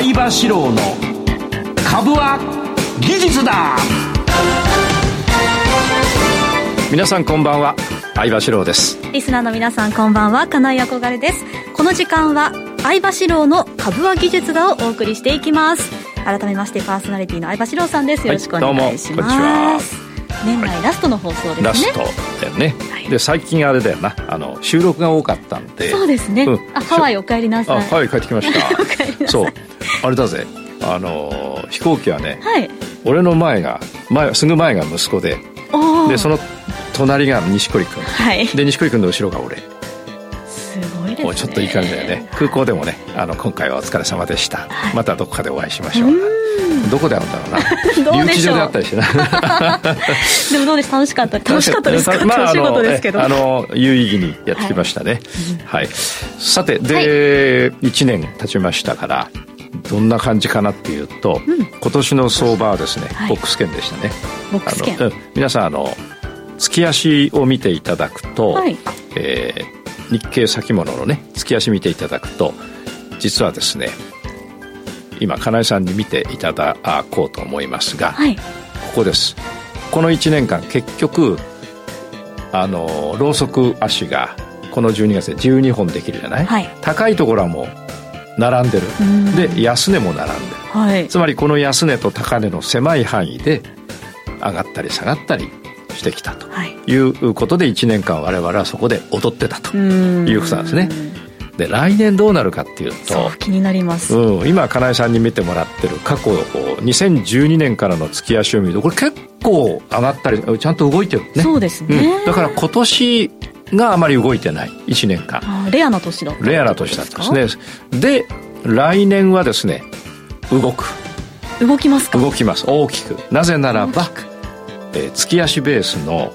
相場志郎の株は技術だ。 皆さんこんばんは、相場志郎です。 リスナーの皆さんこんばんは、金井憧れです。この時間は相場志郎の株は技術だをお送りしていきます。改めましてパーソナリティの相場志郎さんです。よろしくお願いします。 どうもこんにちは。 年内ラストの放送ですね。 ラストだよね、はい、で最近あれだよな、収録が多かったんで。 そうですね、ハワイお帰りなさい。 ハワイ帰ってきましたお帰りなさい。 そうあれだぜ、飛行機はね、 はい、 俺のすぐ前が息子で、その隣が錦織君、はい、で錦織君の後ろが俺。 すごいですね。 もうちょっといい感じだよね。空港でもね、今回はお疲れ様でした、はい、またどこかでお会いしましょう。どこで会うんだろうな。留置場で会ったりしてな。 でもどうです、楽しかったですか。お仕事ですけど、 有意義にやってきましたね、はい、はい、さてで、はい、1年経ちましたからどんな感じかなっていうと、今年の相場はですね、ボックス圏でしたね。 ボックス圏、 皆さん月足を見ていただくと、はい、日経先物のね月足見ていただくと、実はですね今金井さんに見ていただこうと思いますが、はい、ここです。この1年間結局ローソク足がこの12月で12本できるじゃない、はい、高いところはもう並んでる。で安値も並んでる、はい、つまりこの安値と高値の狭い範囲で上がったり下がったりしてきたということで、1年間我々はそこで踊ってたということなんですね。で来年どうなるかっていうと、 そう気になります、 今金井さんに見てもらってる過去2012年からの月足を見ると、これ結構上がったりちゃんと動いてるね。 そうですね、 だから今年があまり動いてない1年間。 レアな年だったんですか。 レアな年だったんですね。で来年はですね動きますか。動きます、大きく。なぜならば月足ベースの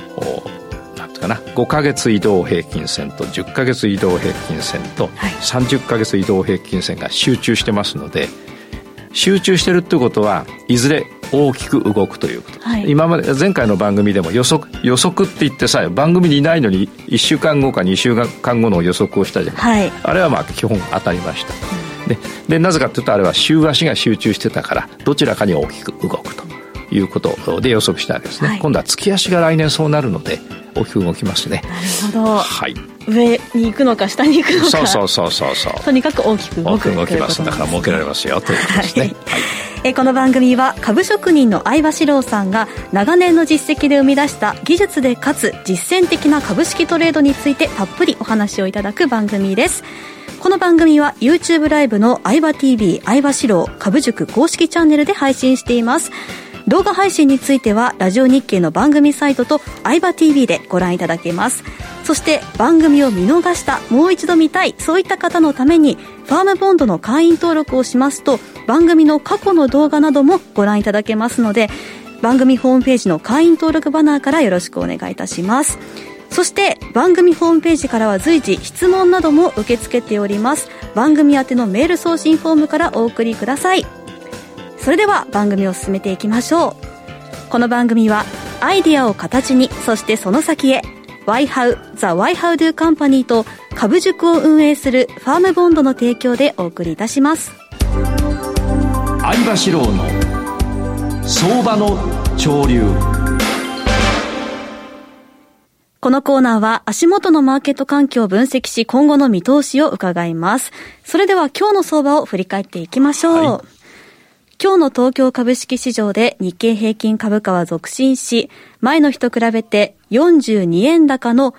5ヶ月移動平均線と10ヶ月移動平均線と30ヶ月移動平均線が集中してますので、集中してるってことはいずれ大きく動くということ、はい、今まで前回の番組でも予測って言ってさ、番組にいないのに1週間後か2週間後の予測をしたじゃない、はい、あれは基本当たりました、でなぜかというと、あれは週足が集中してたからどちらかに大きく動くということで予測したわけですね、はい、今度は月足が来年そうなるので大きく動きますね。 なるほど、はい、上に行くのか下に行くのか、そうとにかく大きく動く動きます。だから儲けられますよということですね、 はいはい、この番組は株職人の相場志郎さんが長年の実績で生み出した技術でかつ実践的な株式トレードについてたっぷりお話をいただく番組です。この番組は YouTube ライブの相場 TV 相場志郎株塾公式チャンネルで配信しています。動画配信についてはラジオ日経の番組サイトと相場 TV でご覧いただけます。そして番組を見逃した、もう一度見たい、そういった方のためにファームボンドの会員登録をしますと番組の過去の動画などもご覧いただけますので、番組ホームページの会員登録バナーからよろしくお願いいたします。そして番組ホームページからは随時質問なども受け付けております。番組宛てのメール送信フォームからお送りください。それでは番組を進めていきましょう。この番組はアイデアを形に、そしてその先へ YHOW The YHOWDO Company と株塾を運営するファームボンドの提供でお送りいたします。 相場志郎の相場の潮流。 このコーナーは足元のマーケット環境を分析し、今後の見通しを伺います。それでは今日の相場を振り返っていきましょう、はい。今日の東京株式市場で日経平均株価は続伸し、前の日と比べて42円高の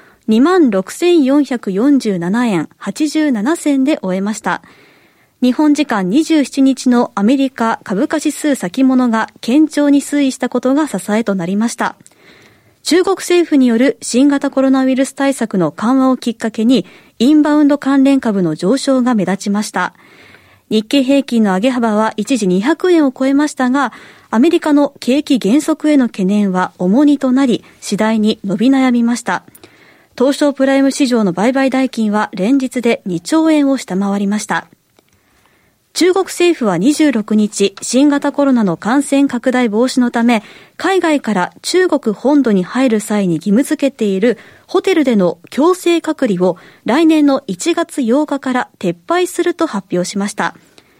26,447 円87銭で終えました。日本時間27日のアメリカ株価指数先物が堅調に推移したことが支えとなりました。中国政府による新型コロナウイルス対策の緩和をきっかけにインバウンド関連株の上昇が目立ちました。日経平均の上げ幅は一時200円を超えましたが、アメリカの景気減速への懸念は重荷となり、次第に伸び悩みました。東証プライム市場の売買代金は連日で2兆円を下回りました。中国政府は26日、新型コロナの感染拡大防止のため、海外から中国本土に入る際に義務付けているホテルでの強制隔離を来年の1月8日から撤廃すると発表しました。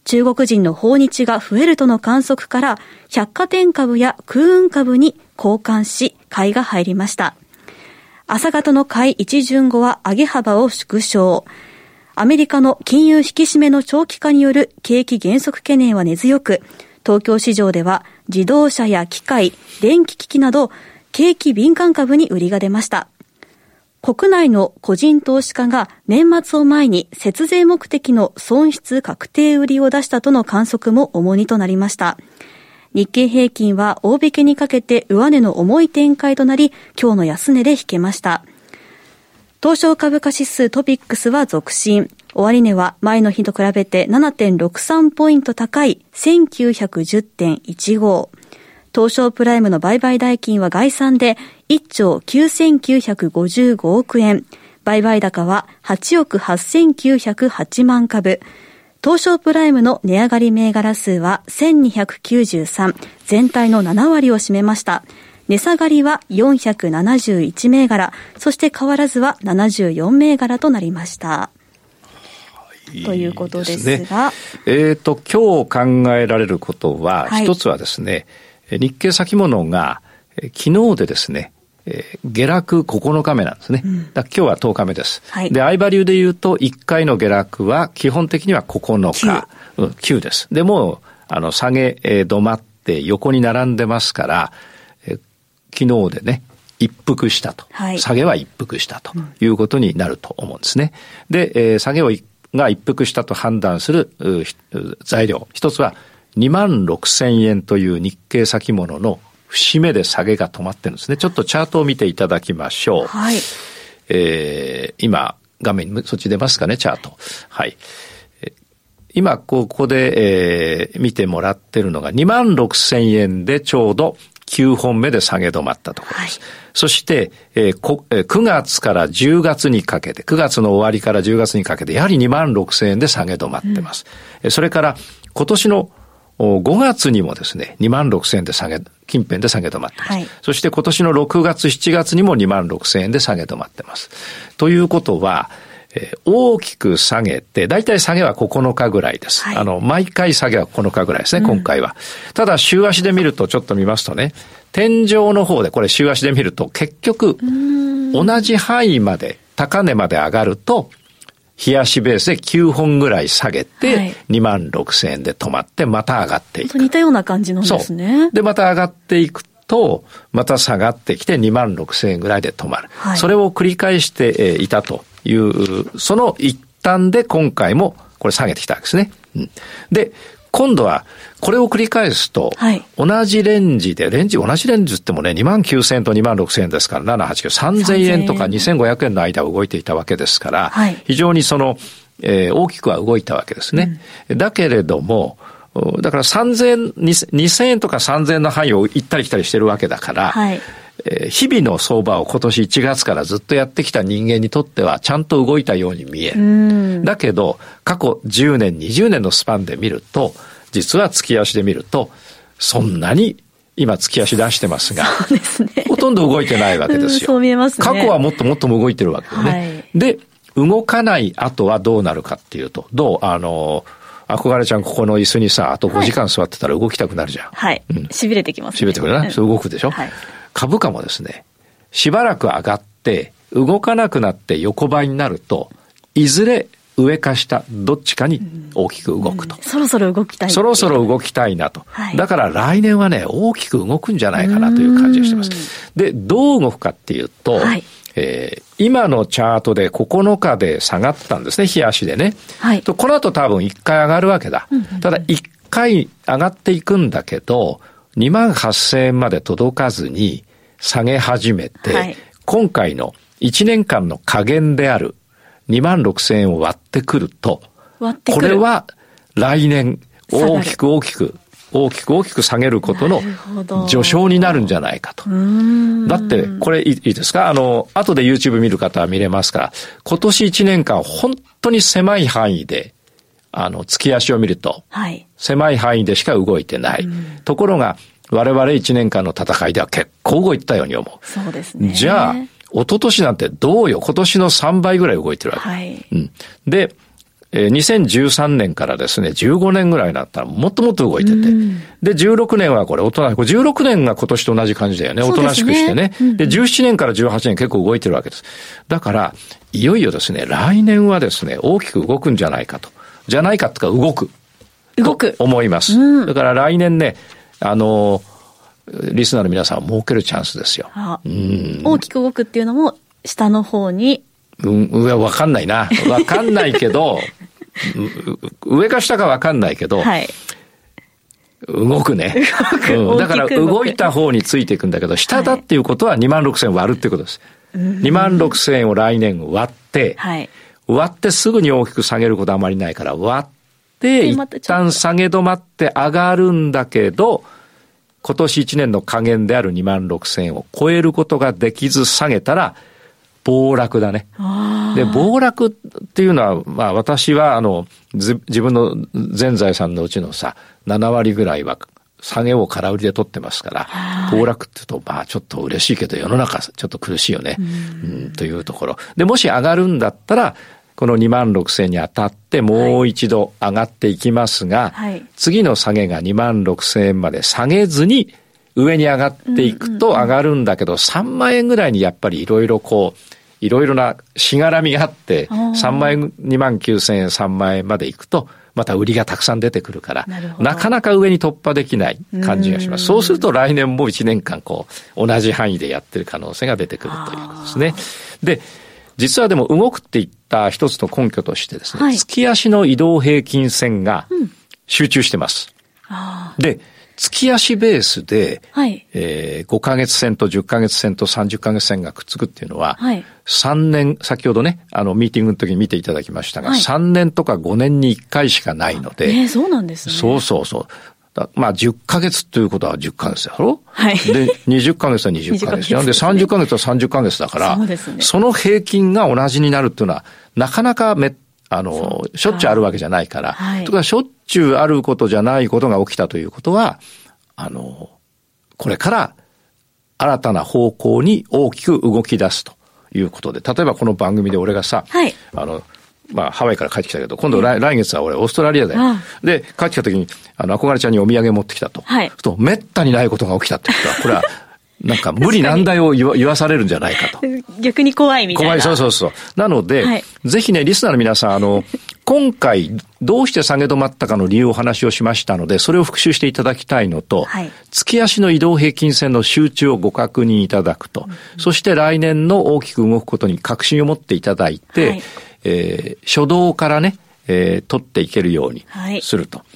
中国人の訪日が増えるとの観測から、百貨店株や空運株に交換し、買いが入りました。朝方の買い一巡後は上げ幅を縮小。アメリカの金融引き締めの長期化による景気減速懸念は根強く、東京市場では自動車や機械、電気機器など景気敏感株に売りが出ました。国内の個人投資家が年末を前に節税目的の損失確定売りを出したとの観測も重荷となりました。日経平均は大引けにかけて上値の重い展開となり、今日の安値で引けました。東証株価指数トピックスは続伸。終値は前の日と比べて 7.63 ポイント高い 1910.15。東証プライムの売買代金は概算で1兆9955億円。売買高は8億8908万株。東証プライムの値上がり銘柄数は1293。全体の7割を占めました。値下がりは471銘柄。そして変わらずは74銘柄となりました。ということですが。 今日考えられることは、一つはですね、日経先物が昨日でですね、下落9日目なんですね。だ今日は10日目です。で、相場流で言うと1回の下落は基本的には9日、9です。でも下げ止まって横に並んでますから、昨日でね、一服したと、下げは一服したということになると思うんですね。で、下げが一服したと判断する材料、一つは26,000円という日経先物の節目で下げが止まってるんですね。ちょっとチャートを見ていただきましょう。今画面にそっち出ますかね、チャート。今ここで、見てもらってるのが 26,000 円でちょうど9本目で下げ止まったところです。そして、9月から10月にかけて、9月の終わりから10月にかけて、やはり 26,000 円で下げ止まってます。それから今年の5月にもですね、26,000 円で近辺で下げ止まってます。そして今年の6月、7月にも 26,000 円で下げ止まってます。ということは、大きく下げて、だいたい下げは9日ぐらいです。毎回下げは9日ぐらいですね、今回は。ただ、週足で見ると、ちょっと見ますとね、天井の方で、これ週足で見ると、結局、同じ範囲まで、高値まで上がると、日足ベースで9本ぐらい下げて、26,000 円で止まって、また上がっていく。 似たような感じなんですね。 で、また上がっていくと、また下がってきて 26,000 円ぐらいで止まる。それを繰り返していたという、その一端で今回もこれ下げてきたわけですね。で、今度はこれを繰り返すと、同じレンジで、同じレンジってもね、29,000 円と 26,000 円ですから、7、8、9、3,000 円とか 2,500 円の間を動いていたわけですから、非常に大きくは動いたわけですね。だけれども、だから2,000 円とか 3,000 円の範囲を行ったり来たりしてるわけだから、日々の相場を今年1月からずっとやってきた人間にとってはちゃんと動いたように見える。だけど、過去10年、20年のスパンで見ると、実は月足で見ると、そんなに今月足出してますが、ほとんど動いてないわけですよ。 そう見えますね。 過去はもっともっと動いてるわけですね。で、動かない後はどうなるかっていうと、憧れちゃんここの椅子にさ、あと5時間座ってたら動きたくなるじゃん。痺れてきますね。痺れてくるな。それ動くでしょ。株価もですね、しばらく上がって動かなくなって横ばいになると、いずれ上か下どっちかに大きく動くと。 そろそろ動きたい。 そろそろ動きたいなと。だから来年はね、大きく動くんじゃないかなという感じがしてます。で、どう動くかっていうと、今のチャートで9日で下がったんですね、日足でね。この後多分1回上がるわけだ。ただ1回上がっていくんだけど、28,000 円まで届かずに下げ始めて、今回の1年間の下限である 26,000 円を割ってくると、これは来年大きく下げることの序章になるんじゃないかと。だってこれいいですか、後で YouTube 見る方は見れますから、今年1年間本当に狭い範囲で月足を見ると、狭い範囲でしか動いてない。ところが我々1年間の戦いでは結構動いたように思う。 そうですね。 じゃあ一昨年なんてどうよ、今年の3倍ぐらい動いてるわけ。で、 2013年からですね、15年ぐらいになったらもっともっと動いてて。で、16年はこれ大人、16年が今年と同じ感じだよね。おとなしくしてね。で、17年から18年結構動いてるわけです。だから、いよいよですね、来年はですね、大きく動くんじゃないかと。じゃないかとか動く。と思います。だから来年ね、リスナーの皆さんは儲けるチャンスですよ。 大きく動くっていうのも、下の方に。 わかんないな。わかんないけど、上か下かわかんないけど、はい、動くね。だから動いた方についていくんだけど、下だっていうことは26,000割るっていうことです。26,000を来年割って、はい、割ってすぐに大きく下げることはあまりないから、割って一旦下げ止まって上がるんだけど、今年1年の下限である26,000を超えることができず下げたら、暴落だね。で、暴落っていうのは、まあ私は自分の全財産のうちのさ、7割ぐらいは下げを空売りで取ってますから、暴落って言うと、まあちょっと嬉しいけど世の中ちょっと苦しいよね。というところ。で、もし上がるんだったら、この26,000に当たってもう一度上がっていきますが、はい、次の下げが26,000円まで下げずに上に上がっていくと上がるんだけど、3万円ぐらいにやっぱりいろいろなしがらみがあって、3万円、29,000円、3万円まで行くと、また売りがたくさん出てくるから、なかなか上に突破できない感じがします。そうすると来年も1年間同じ範囲でやってる可能性が出てくるということですね。で、実はでも動くっていった一つの根拠としてですね、はい、月足の移動平均線が集中してます。で、月足ベースで、はい5ヶ月線と10ヶ月線と30ヶ月線がくっつくっていうのは、はい、3年、先ほどね、ミーティングの時に見ていただきましたが、はい、3年とか5年に1回しかないので。 そうなんですね。 そう。まあ10ヶ月ということは10ヶ月だろ、はい、で、20ヶ月は20ヶ月。なんで30ヶ月は30ヶ月だから、そうですね、その平均が同じになるっていうのは、なかなかしょっちゅうあるわけじゃないから、はい、とかしょっちゅうあることじゃないことが起きたということは、これから新たな方向に大きく動き出すということで、例えばこの番組で俺がさ、はい、まあ、ハワイから帰ってきたけど、今度来月は俺オーストラリアで、で、帰ってきた時に、憧れちゃんにお土産持ってきたと。はい。と、めったにないことが起きたってことは、これは、なんか無理難題を言わされるんじゃないかと。 逆に怖いみたいな。 怖い、そう。なので、はい、ぜひね、リスナーの皆さん、今回、どうして下げ止まったかの理由をお話をしましたので、それを復習していただきたいのと、はい、月足の移動平均線の集中をご確認いただくと、そして来年の大きく動くことに確信を持っていただいて、はい、初動からね、取っていけるようにすると。はい、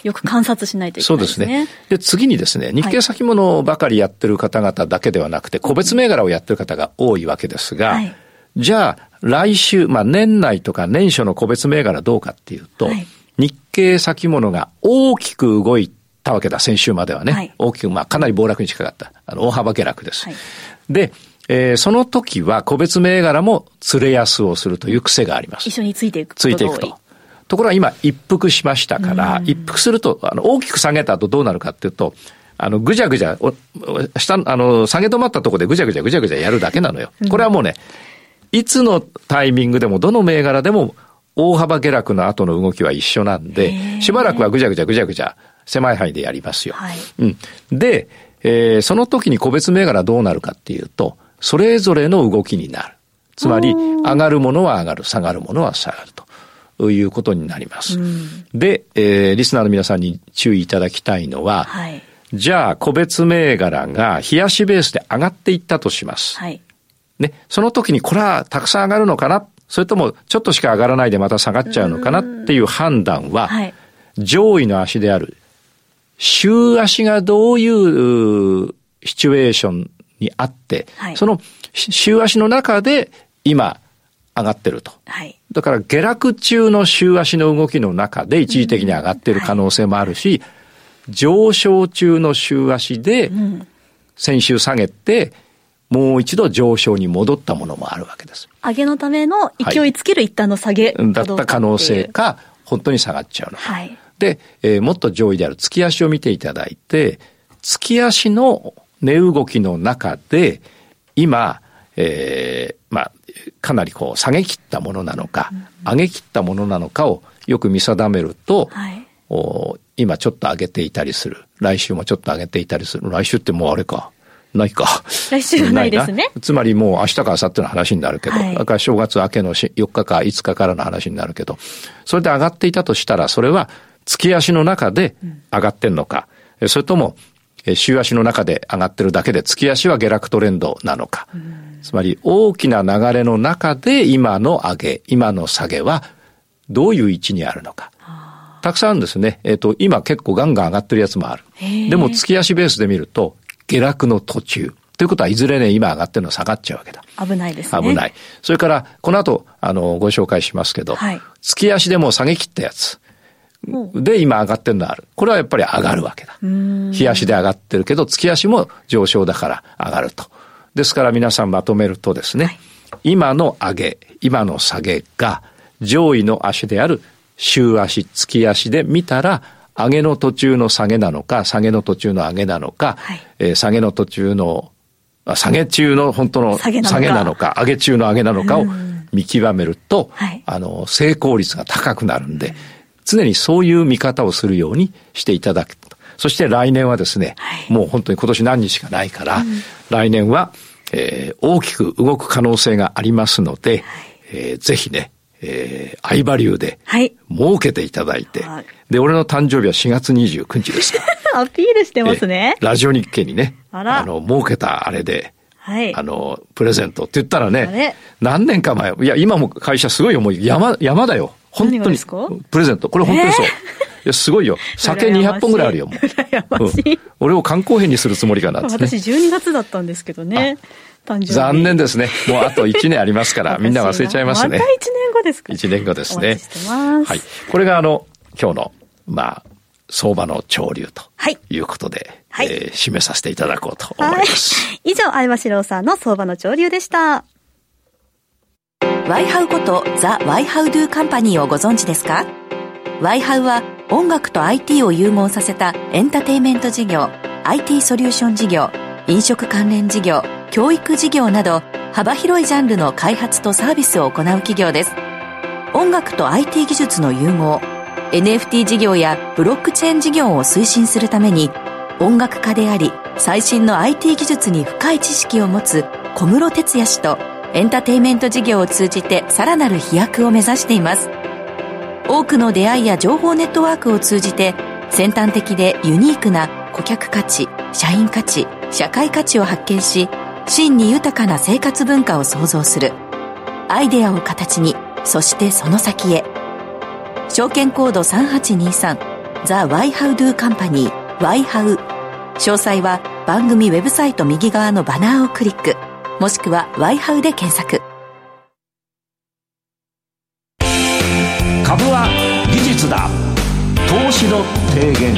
よく観察しないといけないですね。そうですね。 で、次にですね、日経先物ばかりやってる方々だけではなくて、個別銘柄をやってる方が多いわけですが、はい、じゃあ、来週、まあ年内とか年初の個別銘柄どうかっていうと、はい、日経先物が大きく動いたわけだ、先週まではね。はい、大きく、まあかなり暴落に近かった。大幅下落です。はい、で、その時は個別銘柄も釣れ安をするという癖があります。 一緒についていくことが多い。ついていくと。 ところが今一服しましたから、一服すると、大きく下げた後どうなるかっていうと、ぐじゃぐじゃ、下げ止まったところでぐじゃぐじゃやるだけなのよ。これはもうね、いつのタイミングでもどの銘柄でも大幅下落の後の動きは一緒なんで、しばらくはぐじゃぐじゃ狭い範囲でやりますよ。はい、で、その時に個別銘柄どうなるかっていうと、それぞれの動きになる。つまり、上がるものは上がる、下がるものは下がるということになります。で、リスナーの皆さんに注意いただきたいのは、はい、じゃあ個別銘柄が冷やしベースで上がっていったとします。はい、ね、その時にこれはたくさん上がるのかな、それともちょっとしか上がらないでまた下がっちゃうのかなっていう判断は、はい、上位の足である週足がどういうシチュエーションにあって、はい、その週足の中で今上がってると。はい、だから下落中の週足の動きの中で一時的に上がっている可能性もあるし、上昇中の週足で先週下げてもう一度上昇に戻ったものもあるわけです。 上げのための勢いつける一旦の下げだった可能性か、本当に下がっちゃうのか。はい、で、もっと上位である月足を見ていただいて、月足の値動きの中で今、まあかなり下げ切ったものなのか、 上げ切ったものなのかをよく見定めると、はい、今ちょっと上げていたりする。来週もちょっと上げていたりする。来週ってもうあれか。ないか。 来週はないですね。 つまりもう明日か明後日の話になるけど、はい、だから正月明けの4日か5日からの話になるけど、それで上がっていたとしたら、それは月足の中で上がってんのか、それとも週足の中で上がってるだけで月足は下落トレンドなのか。つまり大きな流れの中で今の上げ、今の下げはどういう位置にあるのか。たくさんあるんですね。今結構ガンガン上がってるやつもある。でも月足ベースで見ると下落の途中。ということはいずれね、今上がってるの下がっちゃうわけだ。 危ないですね。 危ない。それから、この後、ご紹介しますけど、はい、月足でもう下げ切ったやつ。で、今上がってるのある。これはやっぱり上がるわけだ。日足で上がってるけど、月足も上昇だから上がると。ですから皆さんまとめるとですね、はい、今の上げ、今の下げが上位の足である週足、月足で見たら、上げの途中の下げなのか、下げの途中の上げなのか、はい、下げの途中の、下げ中の本当の下げなのか、上げ中の上げなのかを見極めると、はい、成功率が高くなるんで、常にそういう見方をするようにしていただく。そして来年はですね、はい、もう本当に今年何日しかないから、来年は、大きく動く可能性がありますので、ぜひね、相場流で儲けていただいて、はい、で、俺の誕生日は4月29日ですから。 アピールしてますね。 ラジオ日経にね、儲けたあれで、はい、プレゼントって言ったらね、何年か前、いや、今も会社すごい重い。山だよ。本当に。プレゼント。これ本当にそう。いや、すごいよ。酒200本ぐらいあるよ。もう俺を缶コーヒーにするつもりかなって、ね。 私12月だったんですけどね。誕生日。 残念ですね。もうあと1年ありますから、みんな忘れちゃいますね。 また1年後ですか。 1年後ですね。 お待ちしてます。 はい。これが今日の、相場の潮流ということで、はい、締めさせていただこうと思います。 はい、以上、相場志郎さんの相場の潮流でした。 ワイハウことザ・ワイハウドゥカンパニーをご存知ですか？ワイハウは音楽と IT を融合させたエンターテインメント事業、IT ソリューション事業、飲食関連事業、教育事業など幅広いジャンルの開発とサービスを行う企業です。音楽と IT 技術の融合、NFT 事業やブロックチェーン事業を推進するために、音楽家であり最新の IT 技術に深い知識を持つ小室哲哉氏とエンターテインメント事業を通じてさらなる飛躍を目指しています。多くの出会いや情報ネットワークを通じて先端的でユニークな顧客価値、社員価値、社会価値を発見し、真に豊かな生活文化を創造する。アイデアを形に、そしてその先へ。証券コード3823ザ・ワイハウドゥカンパニーワイハウ。詳細は番組ウェブサイト右側のバナーをクリック、もしくはワイハウで検索。 株は技術だ。投資の提言。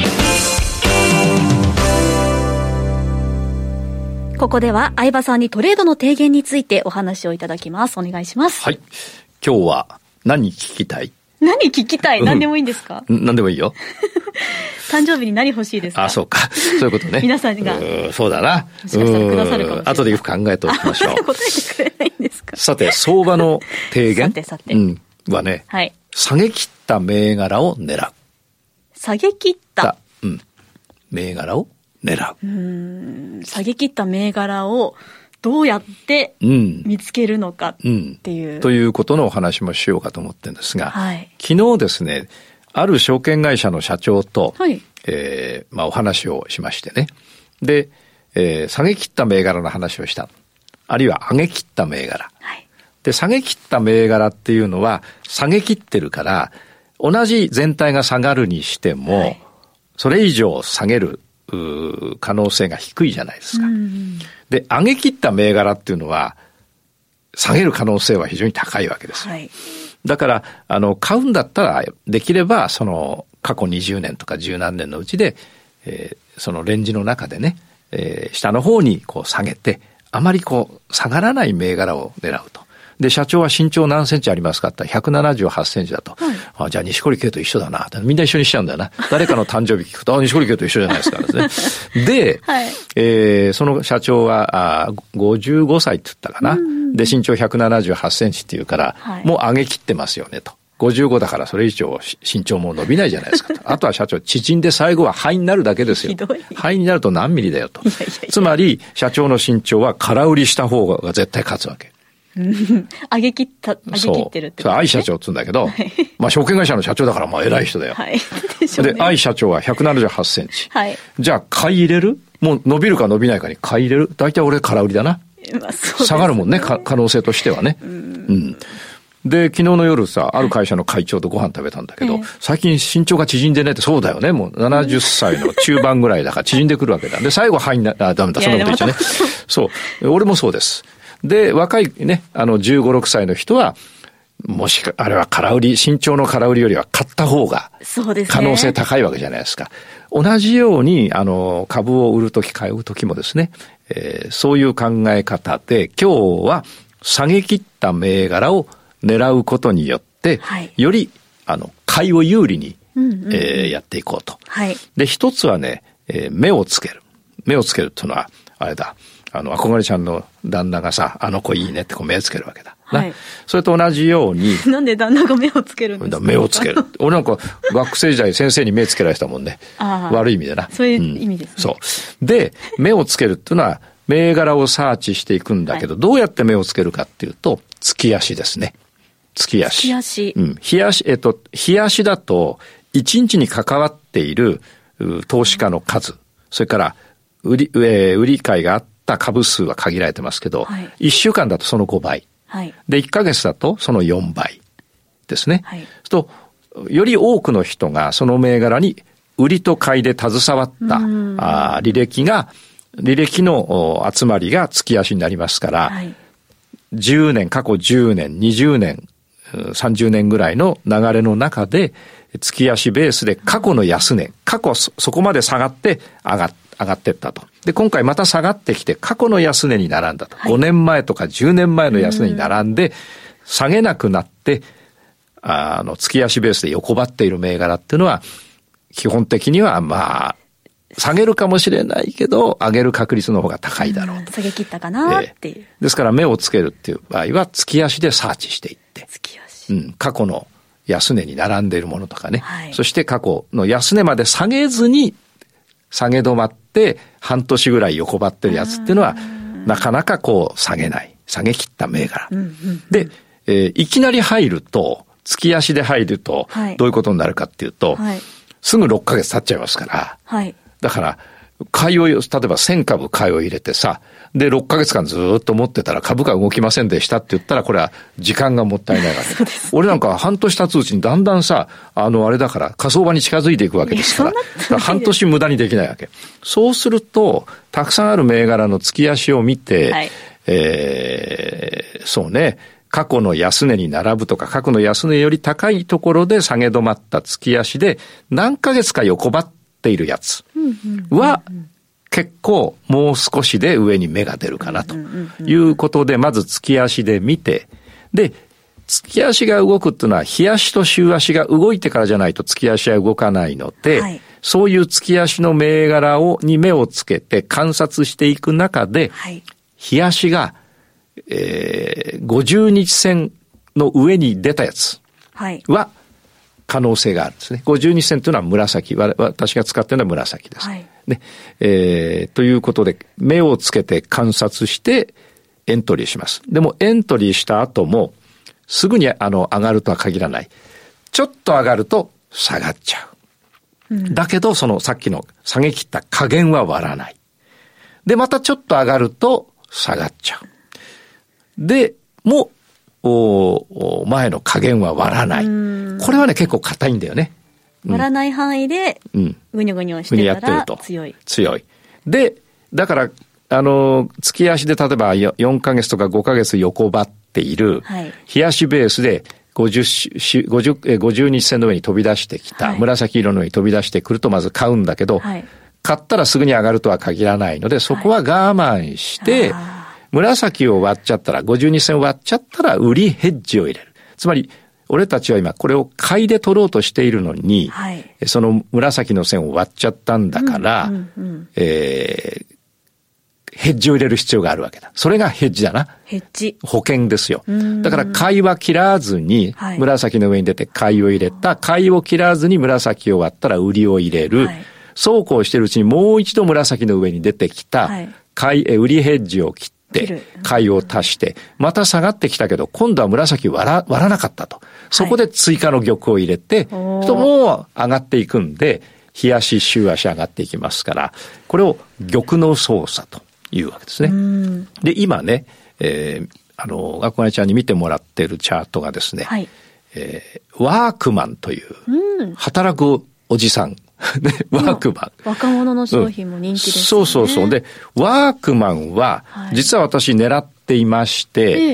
ここでは相場さんにトレードの提言についてお話をいただきます。お願いします。 はい。今日は何聞きたい？ 何聞きたい？何でもいいんですか？ 何でもいいよ。 誕生日に何欲しいですか？ あ、そうか。そういうことね。 皆さんが。 そうだな。 もしかしたらくださるかもしれない。 後でよく考えておきましょう。 答えてくれないんですか？ さて、相場の提言さて、 はね、 はい、 下げ切った銘柄を狙う。 下げ切った。 銘柄を狙う。 下げ切った銘柄をどうやって見つけるのかっていう。 ということのお話もしようかと思ってるんですが、 はい、 昨日ですね、ある証券会社の社長と、 はい、 お話をしましてね。で、下げ切った銘柄の話をした。あるいは上げ切った銘柄。 はい、 で、下げ切った銘柄っていうのは下げ切ってるから、同じ全体が下がるにしても、はい、それ以上下げる可能性が低いじゃないですか。で、上げ切った銘柄っていうのは下げる可能性は非常に高いわけですよ。はい、だから買うんだったらできればその過去20年とか十何年のうちで、そのレンジの中でね、下の方にこう下げてあまりこう下がらない銘柄を狙うと。で、社長は身長何センチありますかって178センチだと。はい、じゃあ西堀圭と一緒だな。みんな一緒にしちゃうんだよな。誰かの誕生日聞くと、西堀圭と一緒じゃないですかですね。で、はい、その社長は55歳って言ったかな。で、身長178センチっていうから、はい、もう上げ切ってますよねと。 55だからそれ以上身長も伸びないじゃないですかと。あとは社長、縮んで最後は肺になるだけですよ。肺になると何ミリだよと。つまり、社長の身長は空売りした方が絶対勝つわけ。 上げ切ってるってことですね。 そう。愛社長って言うんだけど、まあ証券会社の社長だからまあ偉い人だよ。 はい。 で、愛社長は178センチ。 はい。 じゃあ買い入れる？もう伸びるか伸びないかに買い入れる？大体俺空売りだな。 まあそうですね。 下がるもんね、可能性としてはね。で、昨日の夜さ、ある会社の会長とご飯食べたんだけど、最近身長が縮んでねって、そうだよね。もう70歳の中盤ぐらいだから縮んでくるわけだ。で、最後ダメだ、そんなこと言っちゃね。そう。俺もそうです。で、若いね、15、6歳の人は、もしか、あれは空売り、身長の空売りよりは買った方が、可能性高いわけじゃないですか。同じように、株を売るとき、買うときもですね、そういう考え方で、今日は下げ切った銘柄を狙うことによって、はい、より、買いを有利に、やっていこうと。はい、で、一つはね、目をつける。目をつけるっていうのは、あれだ。憧れちゃんの旦那がさ、あの子いいねってこう目をつけるわけだ。はい。それと同じように。 なんで旦那が目をつけるんですか？ 目をつける。俺なんか学生時代先生に目つけられてたもんね。悪い意味でな。 そういう意味ですね。 そう。で、目をつけるっていうのは、銘柄をサーチしていくんだけど、どうやって目をつけるかっていうと、月足ですね。月足。 月足。 日足だと、1日に関わっている投資家の数、それから売り買いがあった株数は限られてますけど、はい、1週間だとその5倍。はい、で、1ヶ月だとその4倍ですね。はい、と、より多くの人がその銘柄に売りと買いで携わった履歴の集まりが月足になりますから、はい、10年、過去10年、20年、30年ぐらいの流れの中で、月足ベースで過去の安値、過去そこまで下がって上がってったと。で、今回また下がってきて過去の安値に並んだと。はい、5年前とか10年前の安値に並んで、下げなくなって、月足ベースで横ばっている銘柄っていうのは、基本的にはまあ、下げるかもしれないけど、上げる確率の方が高いだろうと。 下げ切ったかなっていう。 ですから目をつけるっていう場合は、月足でサーチしていって。 月足。 過去の安値に並んでいるものとかね。はい、そして過去の安値まで下げずに、下げ止まって半年ぐらい横ばってるやつっていうのは、なかなかこう下げない。下げ切った銘柄。で、いきなり入ると、月足で入ると、どういうことになるかっていうと、はい、すぐ6ヶ月経っちゃいますから、はい、だから、買いを、例えば1000株買いを入れてさ、で、6ヶ月間ずっと持ってたら株価動きませんでしたって言ったら、これは時間がもったいないわけで。俺なんか半年経つうちにだんだんさ、あれだから火葬場に近づいていくわけですから、半年無駄にできないわけ。そうすると、たくさんある銘柄の月足を見て、はい、そうね、過去の安値に並ぶとか、過去の安値より高いところで下げ止まった月足で、何ヶ月か横ばっているやつは、結構もう少しで上に芽が出るかなということで、まず月足で見て、で、月足が動くっていうのは、日足と週足が動いてからじゃないと月足は動かないので、はい、そういう月足の銘柄に目をつけて観察していく中で、はい、日足が、50日線の上に出たやつは可能性があるんですね。50日線というのは紫。私が使っているのは紫です。はい、ねということで、目をつけて観察してエントリーします。でもエントリーした後も、すぐに上がるとは限らない。ちょっと上がると下がっちゃう。だけど、そのさっきの下げ切った加減は割らない。で、またちょっと上がると下がっちゃう。で、もう、前の加減は割らない。これはね、結構硬いんだよね。 割らない範囲で、ぐにょぐにょしてたら強い。 強い。で、だから、月足で例えば4ヶ月とか5ヶ月横ばっている、はい、日足ベースで50日線の上に飛び出してきた、はい、紫色の上に飛び出してくるとまず買うんだけど、はい、買ったらすぐに上がるとは限らないので、そこは我慢して、はい、紫を割っちゃったら、50日線を割っちゃったら売りヘッジを入れる。つまり、俺たちは今これを買いで取ろうとしているのに、はい、その紫の線を割っちゃったんだから、ヘヘッジを入れる必要があるわけだ。それがヘッジだな。 ヘッジ。 保険ですよ。だから買いは切らずに、紫の上に出て買いを入れた。買いを切らずに紫を割ったら売りを入れる。そうこうしてるうちにもう一度紫の上に出てきた、売りヘッジを切って、買いを足して、また下がってきたけど、今度は紫割らなかったと。そこで追加の玉を入れて、もう上がっていくんで、日足、週足上がっていきますから、これを玉の操作というわけですね。で、今ね、学校ちゃんに見てもらっているチャートがですね、ワークマンという、働くおじさん、ワークマン。 若者の商品も人気ですね。 そう。で、ワークマンは、実は私狙っていまして、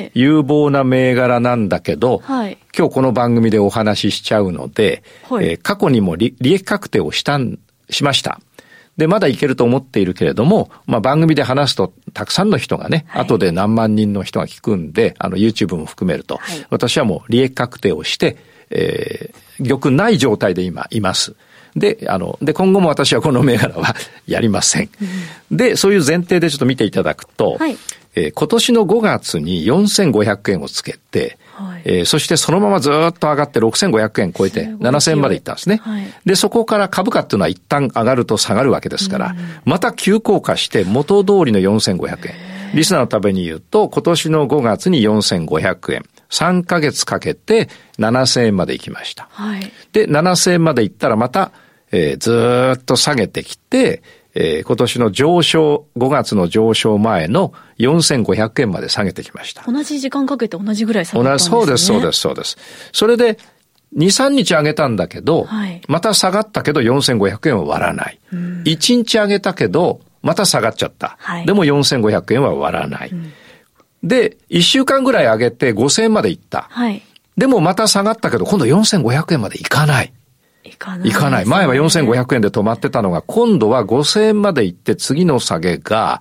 有望な銘柄なんだけど、今日この番組でお話ししちゃうので、過去にも利益確定をしました。で、まだいけると思っているけれども、番組で話すとたくさんの人がね、後で何万人の人が聞くんで、YouTube も含めると、私はもう利益確定をして、玉ない状態で今います。で、今後も私はこの銘柄はやりません。で、そういう前提でちょっと見ていただくと、今年の5月に4500円をつけて、そしてそのままずっと上がって6500円超えて7000円までいったんですね。で、そこから株価っていうのは一旦上がると下がるわけですから、また急降下して元通りの4500円。リスナーのために言うと、今年の5月に4500円。3ヶ月かけて7000円まで行きました。で、7000円まで行ったらまた、ずーっと下げてきて、今年の上昇、5月の上昇前の4500円まで下げてきました。 同じ時間かけて同じぐらい下がったんですね。 そうです。それで、2、3日上げたんだけど、また下がったけど4500円は割らない。1日上げたけど、また下がっちゃった。でも4500円は割らない。で、1週間ぐらい上げて5000円までいった。でもまた下がったけど、今度4500円までいかない。いかない。前は4500円で止まってたのが、今度は5000円まで行って、次の下げが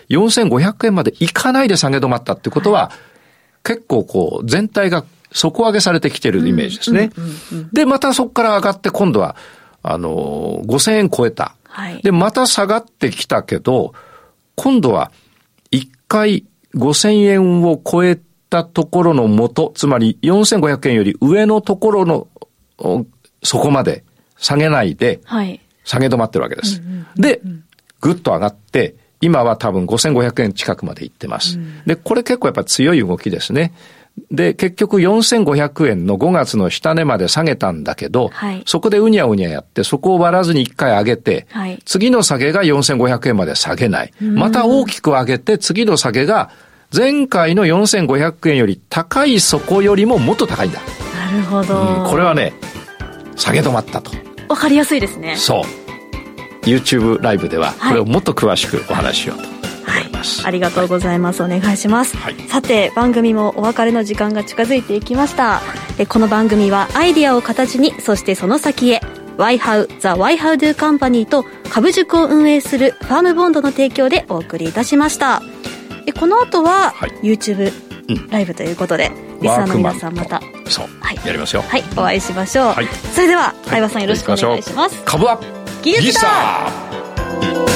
4500円までいかないで下げ止まったってことは、結構全体が底上げされてきてるイメージですね。で、またそこから上がって、今度は、5000円超えた。で、また下がってきたけど、今度は1回5000円を超えたところの元、つまり4500円より上のところの、そこまで下げないで、下げ止まってるわけです。で、ぐっと上がって、今は多分5500円近くまで行ってます。で、これ結構やっぱ強い動きですね。で、結局4500円の5月の下値まで下げたんだけど、そこでうにゃうにゃやって、そこを割らずに1回上げて、次の下げが4500円まで下げない。また大きく上げて、次の下げが前回の4500円より高い底よりももっと高いんだ。 なるほど。 これはね、下げ止まったと。 わかりやすいですね。 そう。YouTube ライブではこれをもっと詳しくお話ししようと思います。 ありがとうございます。お願いします。さて、番組もお別れの時間が近づいていきました。この番組はアイデアを形に、そしてその先へ、YHOW The YHOWDO カンパニーと株塾を運営するファームボンドの提供でお送りいたしました。この後は YouTube ライブということで、リスナーの皆さんまたやりますよ。 お会いしましょう。それでは相葉さん、よろしくお願いします。 株は技術だ。